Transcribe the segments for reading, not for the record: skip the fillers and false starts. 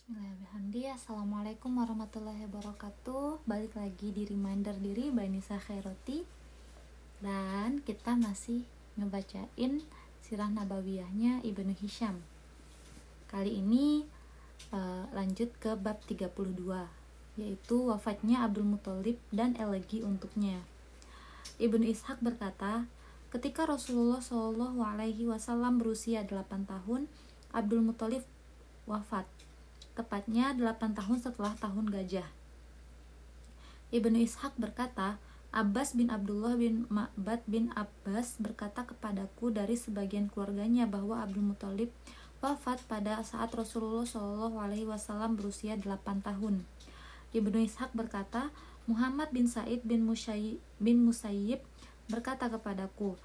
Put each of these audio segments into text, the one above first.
Bismillahirrahmanirrahim. Assalamualaikum warahmatullahi wabarakatuh. Balik lagi di Reminder Diri by Nisa Khairoti. Dan kita masih ngebacain sirah nabawiyahnya Ibnu Hisham. Kali ini lanjut ke bab 32, yaitu wafatnya Abdul Muthalib dan elegi untuknya. Ibnu Ishaq berkata, ketika Rasulullah SAW berusia 8 tahun, Abdul Muthalib wafat, tepatnya 8 tahun setelah tahun gajah. Ibnu Ishaq berkata, Abbas bin Abdullah bin Ma'bad bin Abbas berkata kepadaku dari sebagian keluarganya bahwa Abdul Muthalib wafat pada saat Rasulullah SAW berusia 8 tahun. Ibnu Ishaq berkata, Muhammad bin Sa'id bin Musayyib berkata kepadaku,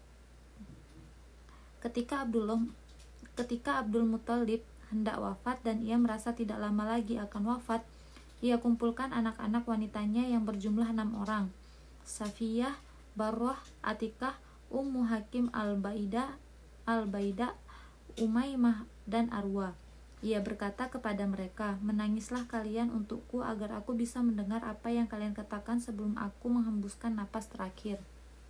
ketika Abdul Muthalib hendak wafat dan ia merasa tidak lama lagi akan wafat, ia kumpulkan anak-anak wanitanya yang berjumlah 6 orang, Safiyah, Barrah, Atikah, Ummu Hakim Al-Baidah, Umaymah, dan Arwa. Ia berkata kepada mereka, menangislah kalian untukku agar aku bisa mendengar apa yang kalian katakan sebelum aku menghembuskan napas terakhir.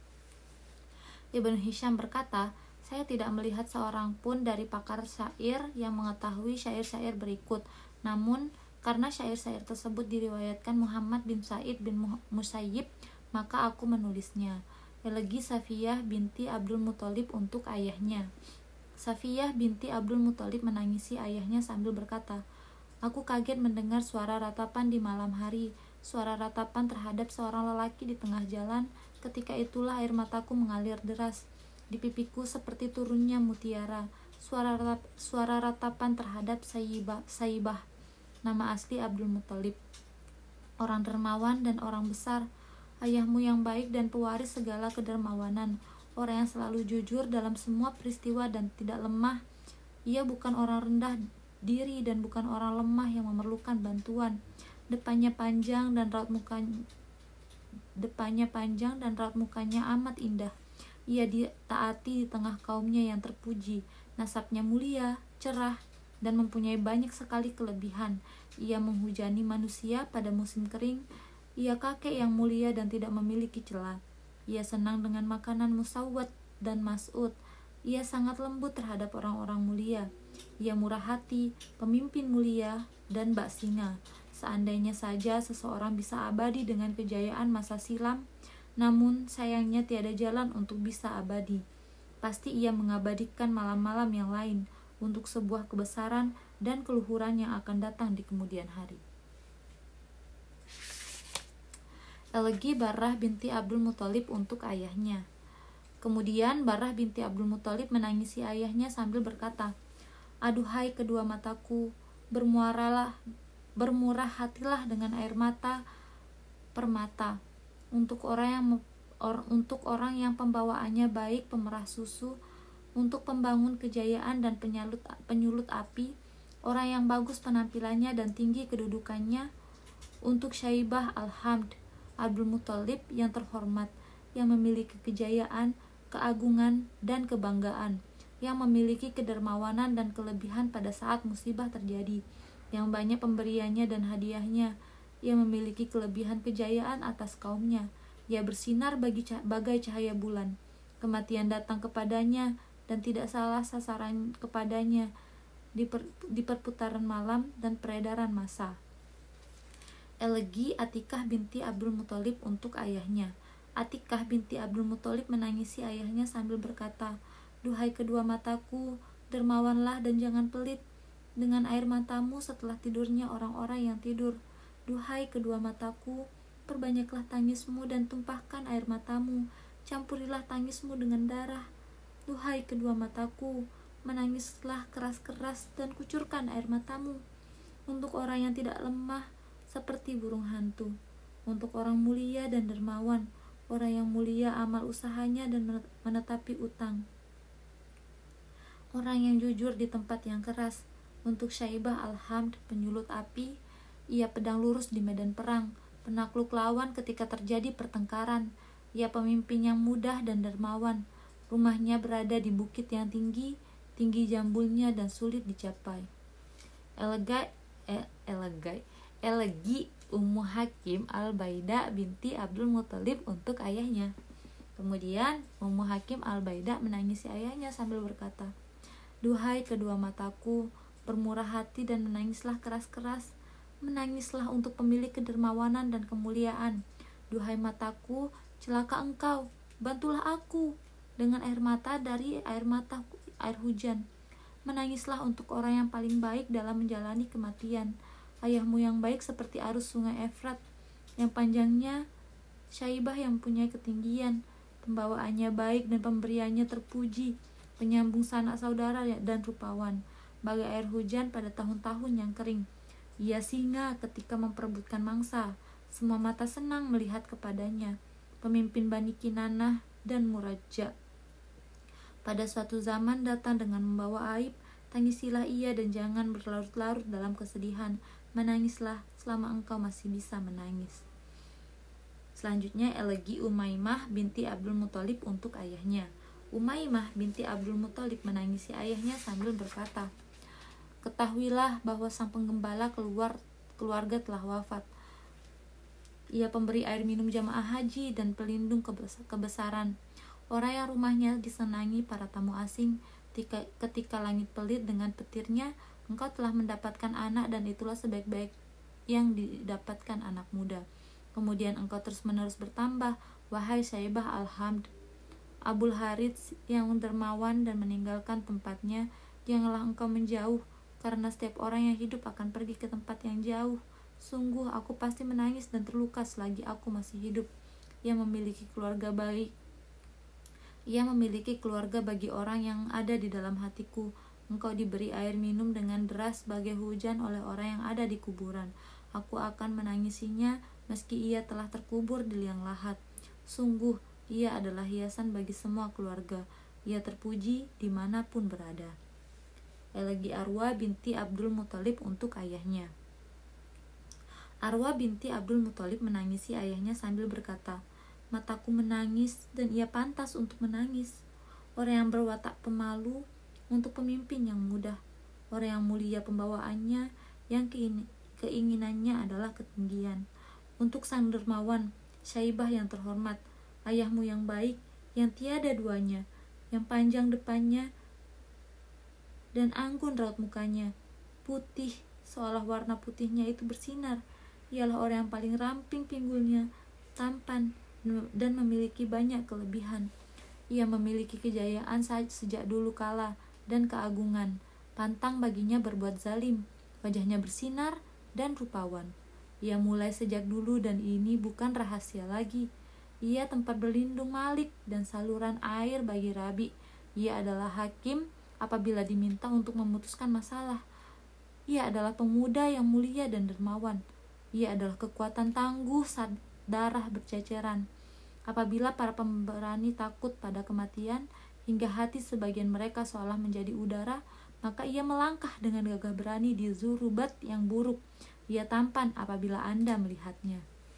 Ibnu Hisham berkata, saya tidak melihat seorang pun dari pakar syair yang mengetahui syair-syair berikut. Namun, karena syair-syair tersebut diriwayatkan Muhammad bin Sa'id bin Musayyib, maka aku menulisnya. Elegi Safiyah binti Abdul Muthalib untuk ayahnya. Safiyah binti Abdul Muthalib menangisi ayahnya sambil berkata, aku kaget mendengar suara ratapan di malam hari, suara ratapan terhadap seorang lelaki di tengah jalan. Ketika itulah air mataku mengalir deras. Di pipiku seperti turunnya mutiara. Suara ratapan terhadap Saibah, nama asli Abdul Muthalib, orang dermawan dan orang besar, ayahmu yang baik dan pewaris segala kedermawanan, orang yang selalu jujur dalam semua peristiwa dan tidak lemah. Ia bukan orang rendah diri dan bukan orang lemah yang memerlukan bantuan. Depannya panjang dan raut mukanya amat indah. Ia ditaati di tengah kaumnya yang terpuji. Nasabnya mulia, cerah, dan mempunyai banyak sekali kelebihan. Ia menghujani manusia pada musim kering. Ia kakek yang mulia dan tidak memiliki celah. Ia senang dengan makanan musawwat dan mas'ud. Ia sangat lembut terhadap orang-orang mulia. Ia murah hati, pemimpin mulia, dan bak singa. Seandainya saja seseorang bisa abadi dengan kejayaan masa silam, namun sayangnya tiada jalan untuk bisa abadi. Pasti ia mengabadikan malam-malam yang lain untuk sebuah kebesaran dan keluhuran yang akan datang di kemudian hari. Elegi Barrah binti Abdul Muthalib untuk ayahnya. Kemudian Barrah binti Abdul Muthalib menangisi ayahnya sambil berkata, aduhai kedua mataku, bermurah hatilah dengan air mata permata. Untuk orang yang pembawaannya baik, pemerah susu, untuk pembangun kejayaan dan penyulut api, orang yang bagus penampilannya dan tinggi kedudukannya, untuk Syaibah Al-Hamd, Abdul Muthalib yang terhormat, yang memiliki kejayaan, keagungan, dan kebanggaan, yang memiliki kedermawanan dan kelebihan pada saat musibah terjadi, yang banyak pemberiannya dan hadiahnya. Ia memiliki kelebihan kejayaan atas kaumnya. Ia bersinar bagai cahaya bulan. Kematian datang kepadanya dan tidak salah sasaran kepadanya di perputaran malam dan peredaran massa. Elegi Atikah binti Abdul Muthalib untuk ayahnya. Atikah binti Abdul Muthalib menangisi ayahnya sambil berkata, duhai kedua mataku, dermawanlah dan jangan pelit dengan air matamu setelah tidurnya orang-orang yang tidur. Duhai kedua mataku, perbanyaklah tangismu dan tumpahkan air matamu, campurilah tangismu dengan darah. Duhai kedua mataku, menangislah keras-keras dan kucurkan air matamu. Untuk orang yang tidak lemah seperti burung hantu, untuk orang mulia dan dermawan, orang yang mulia amal usahanya dan menetapi utang, orang yang jujur di tempat yang keras, untuk Syaibah Al-Hamd, penyulut api. Ia pedang lurus di medan perang, penakluk lawan ketika terjadi pertengkaran. Ia pemimpin yang mudah dan dermawan. Rumahnya berada di bukit yang tinggi jambulnya dan sulit dicapai. elegi Ummu Hakim al-Baida binti Abdul Muthalib untuk ayahnya. Kemudian Ummu Hakim al-Baida menangisi ayahnya sambil berkata, "Duhai kedua mataku, bermurah hati dan menangislah keras-keras. Menangislah untuk pemilik kedermawanan dan kemuliaan. Duhai mataku, celaka engkau, bantulah aku dengan air mata dari air hujan. Menangislah untuk orang yang paling baik dalam menjalani kematian. Ayahmu yang baik seperti arus sungai Efrat, yang panjangnya Syaibah yang punya ketinggian, pembawaannya baik dan pemberiannya terpuji, penyambung sanak saudara dan rupawan, bagai air hujan pada tahun-tahun yang kering. Ia singa ketika memperebutkan mangsa, semua mata senang melihat kepadanya, pemimpin Bani Kinanah dan Muraja. Pada suatu zaman datang dengan membawa aib, tangisilah ia dan jangan berlarut-larut dalam kesedihan. Menangislah selama engkau masih bisa menangis." Selanjutnya elegi Umaymah binti Abdul Muthalib untuk ayahnya. Umaymah binti Abdul Muthalib menangisi ayahnya sambil berkata, "Ketahuilah bahwa sang penggembala keluarga telah wafat. Ia pemberi air minum jamaah haji dan pelindung kebesaran. Orang yang rumahnya disenangi para tamu asing. Ketika langit pelit dengan petirnya, engkau telah mendapatkan anak dan itulah sebaik-baik yang didapatkan anak muda. Kemudian engkau terus-menerus bertambah, wahai Syaibah al-Hamd, Abul Harits yang dermawan dan meninggalkan tempatnya. Janganlah engkau menjauh, karena setiap orang yang hidup akan pergi ke tempat yang jauh. Sungguh aku pasti menangis dan terluka selagi aku masih hidup. Ia memiliki keluarga bagi orang yang ada di dalam hatiku. Engkau diberi air minum dengan deras sebagai hujan oleh orang yang ada di kuburan. Aku akan menangisinya meski ia telah terkubur di liang lahat. Sungguh ia adalah hiasan bagi semua keluarga. Ia terpuji dimanapun berada." Elegi Arwa binti Abdul Muthalib untuk ayahnya. Arwa binti Abdul Muthalib menangisi ayahnya sambil berkata, "Mataku menangis dan ia pantas untuk menangis. Orang yang berwatak pemalu untuk pemimpin yang mudah. Orang yang mulia pembawaannya, yang keinginannya adalah ketinggian. Untuk sang dermawan, Syaibah yang terhormat, ayahmu yang baik, yang tiada duanya, yang panjang depannya dan anggun raut mukanya, putih seolah warna putihnya itu bersinar. Ialah orang yang paling ramping pinggulnya, tampan dan memiliki banyak kelebihan. Ia memiliki kejayaan sejak dulu kala dan keagungan. Pantang baginya berbuat zalim. Wajahnya bersinar dan rupawan. Ia mulai sejak dulu dan ini bukan rahasia lagi. Ia tempat berlindung Malik dan saluran air bagi Rabi. Ia adalah hakim apabila diminta untuk memutuskan masalah. Ia adalah pemuda yang mulia dan dermawan. Ia adalah kekuatan tangguh saat darah berceceran. Apabila para pemberani takut pada kematian, hingga hati sebagian mereka seolah menjadi udara, maka ia melangkah dengan gagah berani di Zurubat yang buruk. Ia tampan apabila Anda melihatnya."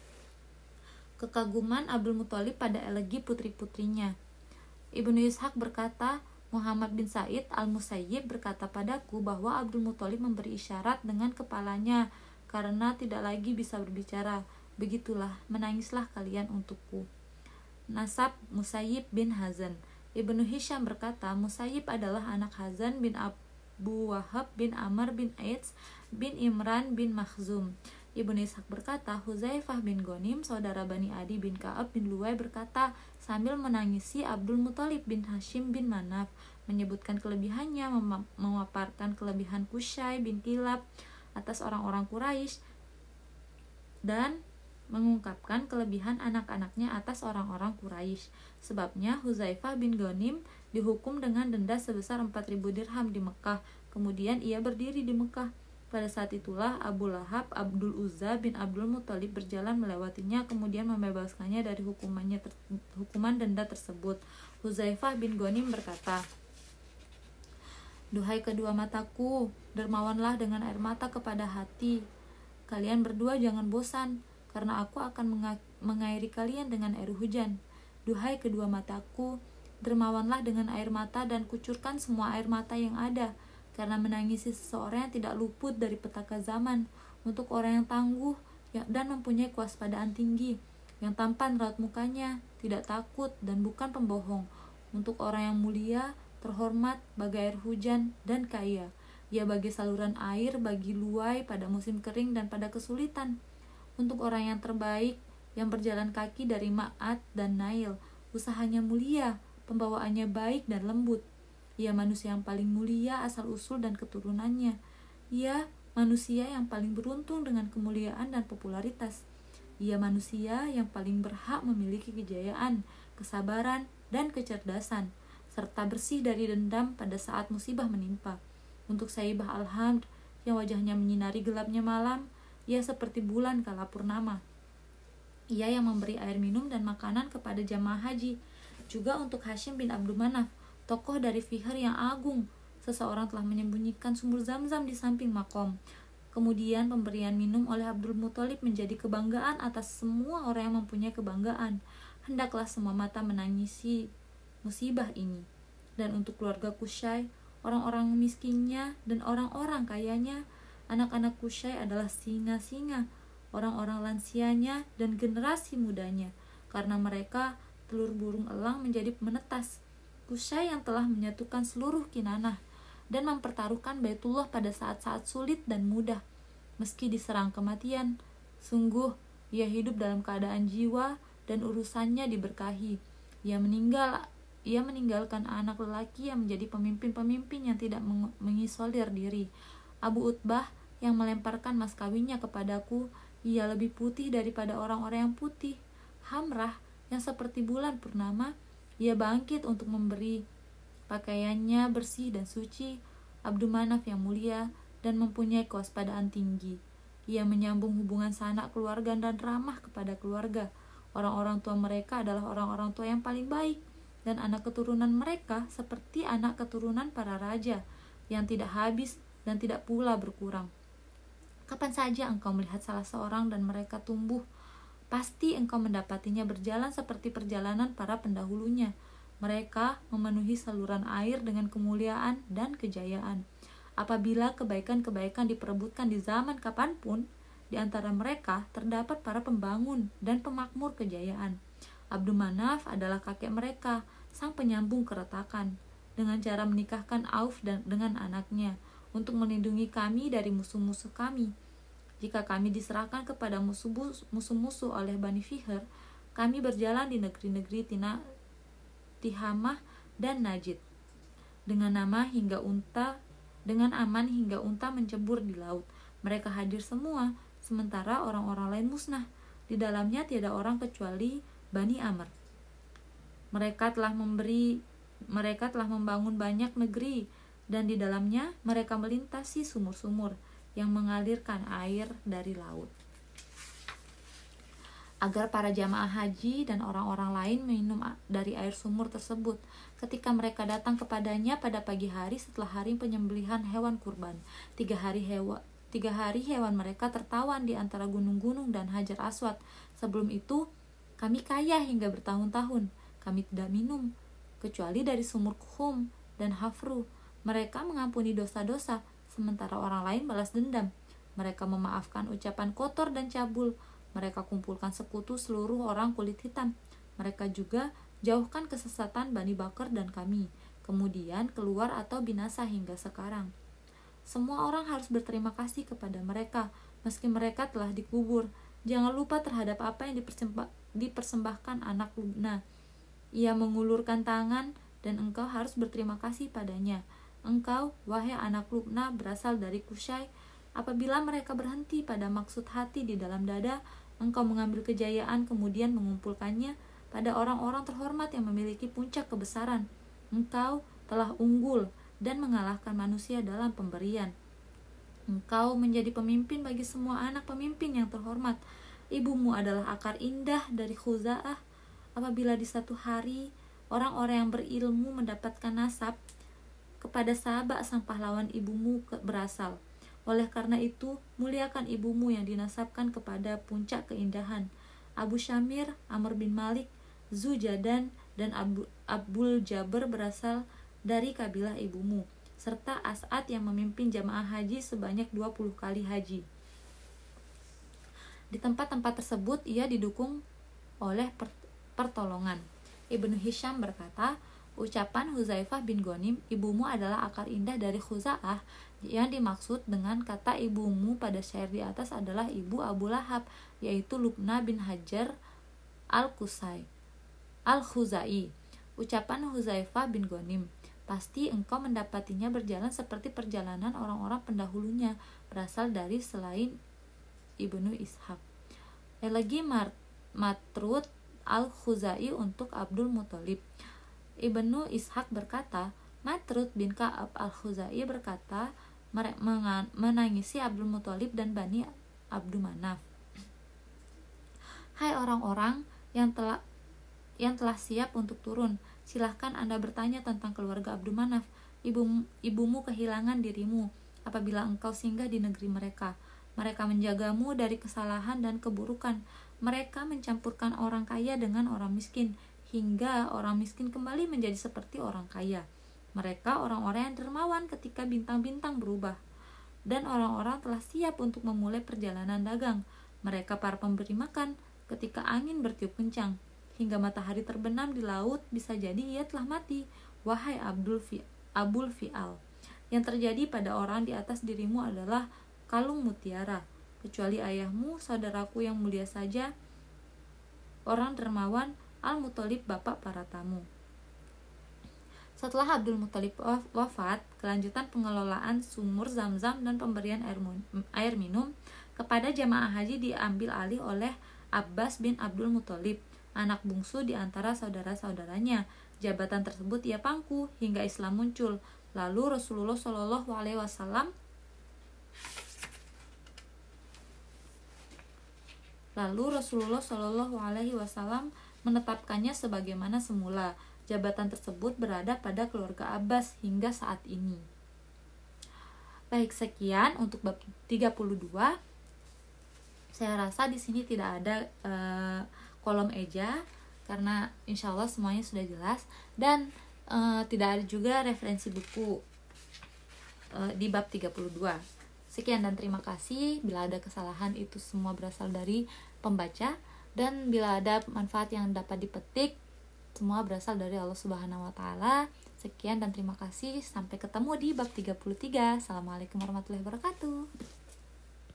Kekaguman Abdul Muthalib pada elegi putri-putrinya. Ibnu Ishaq berkata, Muhammad bin Said al-Musayyib berkata padaku bahwa Abdul Muthalib memberi isyarat dengan kepalanya karena tidak lagi bisa berbicara. Begitulah, menangislah kalian untukku. Nasab Musayyib bin Hazan. Ibnu Hisham berkata, Musayyib adalah anak Hazan bin Abu Wahab bin Amr bin Aids bin Imran bin Makhzum. Ibnu Ishaq berkata, Huzaifah bin Ghanim, saudara Bani Adi bin Ka'ab bin Luwai berkata sambil menangisi Abdul Muthalib bin Hashim bin Manaf, menyebutkan kelebihannya, memaparkan kelebihan Qusay bin Kilab atas orang-orang Quraisy dan mengungkapkan kelebihan anak-anaknya atas orang-orang Quraisy. Sebabnya Huzaifah bin Ghanim dihukum dengan denda sebesar 4.000 dirham di Mekah. Kemudian ia berdiri di Mekah. Pada saat itulah Abu Lahab, Abdul Uzza bin Abdul Muthalib berjalan melewatinya, kemudian membebaskannya dari hukuman denda tersebut. Huzaifah bin Ghanim berkata, "Duhai kedua mataku, dermawanlah dengan air mata kepada hati. Kalian berdua jangan bosan, karena aku akan mengairi kalian dengan air hujan. Duhai kedua mataku, dermawanlah dengan air mata dan kucurkan semua air mata yang ada. karena menangisi seseorang yang tidak luput dari petaka zaman, untuk orang yang tangguh dan mempunyai kewaspadaan tinggi, yang tampan raut mukanya, tidak takut dan bukan pembohong, untuk orang yang mulia, terhormat, bagai air hujan dan kaya. Ia bagai saluran air bagi luai pada musim kering dan pada kesulitan, untuk orang yang terbaik, yang berjalan kaki dari Ma'at dan Nail. Usahanya mulia, pembawaannya baik dan lembut. Ia manusia yang paling mulia asal-usul dan keturunannya. Ia manusia yang paling beruntung dengan kemuliaan dan popularitas. Ia manusia yang paling berhak memiliki kejayaan, kesabaran, dan kecerdasan, serta bersih dari dendam pada saat musibah menimpa. Untuk Saibah Alhamd, yang wajahnya menyinari gelapnya malam, ia seperti bulan kala purnama. Ia yang memberi air minum dan makanan kepada jamaah haji. Juga untuk Hashim bin Abdul Manaf, tokoh dari Fihr yang agung, seseorang telah menyembunyikan sumur Zam-Zam di samping makom. Kemudian pemberian minum oleh Abdul Muthalib menjadi kebanggaan atas semua orang yang mempunyai kebanggaan. Hendaklah semua mata menangisi musibah ini. Dan untuk keluarga Qusay, orang-orang miskinnya dan orang-orang kayanya, anak-anak Qusay adalah singa-singa, orang-orang lansianya dan generasi mudanya, karena mereka telur burung elang menjadi menetas. Qusay yang telah menyatukan seluruh Kinanah dan mempertaruhkan Baitullah pada saat-saat sulit dan mudah, meski diserang kematian. Sungguh, ia hidup dalam keadaan jiwa dan urusannya diberkahi. Ia meninggalkan anak lelaki yang menjadi pemimpin-pemimpin yang tidak mengisolir diri. Abu Utbah yang melemparkan mas kawinnya kepadaku, ia lebih putih daripada orang-orang yang putih. Hamrah yang seperti bulan purnama, ia bangkit untuk memberi pakaiannya bersih dan suci. Abdul Manaf yang mulia dan mempunyai kewaspadaan tinggi. Ia menyambung hubungan sanak keluarga dan ramah kepada keluarga. Orang-orang tua mereka adalah orang-orang tua yang paling baik, dan anak keturunan mereka seperti anak keturunan para raja, yang tidak habis dan tidak pula berkurang. Kapan saja engkau melihat salah seorang dan mereka tumbuh, pasti engkau mendapatinya berjalan seperti perjalanan para pendahulunya. Mereka memenuhi saluran air dengan kemuliaan dan kejayaan. Apabila kebaikan-kebaikan diperebutkan di zaman kapanpun, di antara mereka terdapat para pembangun dan pemakmur kejayaan. Abdul Manaf adalah kakek mereka, sang penyambung keretakan, dengan cara menikahkan Auf dengan anaknya, untuk melindungi kami dari musuh-musuh kami. Jika kami diserahkan kepada musuh-musuh oleh Bani Fihr, kami berjalan di negeri-negeri Tihamah dan Najd dengan aman hingga unta mencebur di laut. Mereka hadir semua, sementara orang-orang lain musnah. Di dalamnya tiada orang kecuali Bani Amr. Mereka telah membangun banyak negeri, dan di dalamnya mereka melintasi sumur-sumur yang mengalirkan air dari laut, agar para jamaah haji dan orang-orang lain minum dari air sumur tersebut ketika mereka datang kepadanya pada pagi hari setelah hari penyembelihan hewan kurban. 3 hari hewan mereka tertawan di antara gunung-gunung dan Hajar Aswad. Sebelum itu, kami kaya hingga bertahun-tahun. Kami tidak minum, kecuali dari sumur Kuhum dan Hafru. Mereka mengampuni dosa-dosa, sementara orang lain balas dendam. Mereka memaafkan ucapan kotor dan cabul. Mereka kumpulkan sekutu seluruh orang kulit hitam. Mereka juga jauhkan kesesatan Bani Bakar dan kami, kemudian keluar atau binasa hingga sekarang. Semua orang harus berterima kasih kepada mereka, meski mereka telah dikubur. Jangan lupa terhadap apa yang dipersembahkan anak Lubna. Ia mengulurkan tangan, dan engkau harus berterima kasih padanya. Engkau, wahai anak Lubna, berasal dari Qusay. Apabila mereka berhenti pada maksud hati di dalam dada, engkau mengambil kejayaan kemudian mengumpulkannya pada orang-orang terhormat yang memiliki puncak kebesaran. Engkau telah unggul dan mengalahkan manusia dalam pemberian. Engkau menjadi pemimpin bagi semua anak pemimpin yang terhormat. Ibumu adalah akar indah dari Khuza'ah. Apabila di satu hari orang-orang yang berilmu mendapatkan nasab, kepada Saba sang pahlawan ibumu berasal. Oleh karena itu, muliakan ibumu yang dinasabkan kepada puncak keindahan. Abu Syamir, Amr bin Malik, Zujadan, dan Abul Jabr berasal dari kabilah ibumu. serta As'ad yang memimpin jamaah haji sebanyak 20 kali haji. Di tempat-tempat tersebut ia didukung oleh pertolongan. Ibnu Hisham berkata, ucapan Huzaifah bin Ghanim, ibumu adalah akar indah dari Khuza'ah, yang dimaksud dengan kata ibumu pada syair di atas adalah ibu Abu Lahab, yaitu Lubna bin Hajar Al-Khuzai. Ucapan Huzaifah bin Ghanim, pasti engkau mendapatinya berjalan seperti perjalanan orang-orang pendahulunya, berasal dari selain Ibnu Ishaq. Elegi Matrud Al-Khuzai untuk Abdul Muthalib. Ibnu Ishaq berkata, Matrud bin Ka'ab Al-Khuzai berkata, menangisi Abdul Muthalib dan Bani Abdul Manaf. Hai orang-orang yang telah siap untuk turun, silahkan Anda bertanya tentang keluarga Abdul Manaf. Ibumu kehilangan dirimu apabila engkau singgah di negeri mereka. Mereka menjagamu dari kesalahan dan keburukan. Mereka mencampurkan orang kaya dengan orang miskin, hingga orang miskin kembali menjadi seperti orang kaya. Mereka orang-orang yang dermawan ketika bintang-bintang berubah, dan orang-orang telah siap untuk memulai perjalanan dagang. Mereka para pemberi makan ketika angin bertiup kencang, hingga matahari terbenam di laut, bisa jadi ia telah mati. Wahai Abul Fi'al, yang terjadi pada orang di atas dirimu adalah kalung mutiara, kecuali ayahmu, saudaraku yang mulia saja, orang dermawan Al-Muthalib, bapak para tamu. Setelah Abdul Muthalib wafat, kelanjutan pengelolaan sumur Zam-Zam dan pemberian air minum kepada jamaah haji diambil alih oleh Abbas bin Abdul Muthalib, anak bungsu di antara saudara-saudaranya. Jabatan tersebut ia pangku hingga Islam muncul. Lalu Rasulullah Shallallahu Alaihi Wasallam menetapkannya sebagaimana semula. Jabatan tersebut berada pada keluarga Abbas hingga saat ini. Baik, sekian untuk bab 32. Saya rasa di sini tidak ada kolom eja karena insya Allah semuanya sudah jelas, dan tidak ada juga referensi buku di bab 32. Sekian dan terima kasih. Bila ada kesalahan itu semua berasal dari pembaca, dan bila ada manfaat yang dapat dipetik, semua berasal dari Allah Subhanahu wa taala. Sekian dan terima kasih. Sampai ketemu di bab 33. Assalamualaikum warahmatullahi wabarakatuh.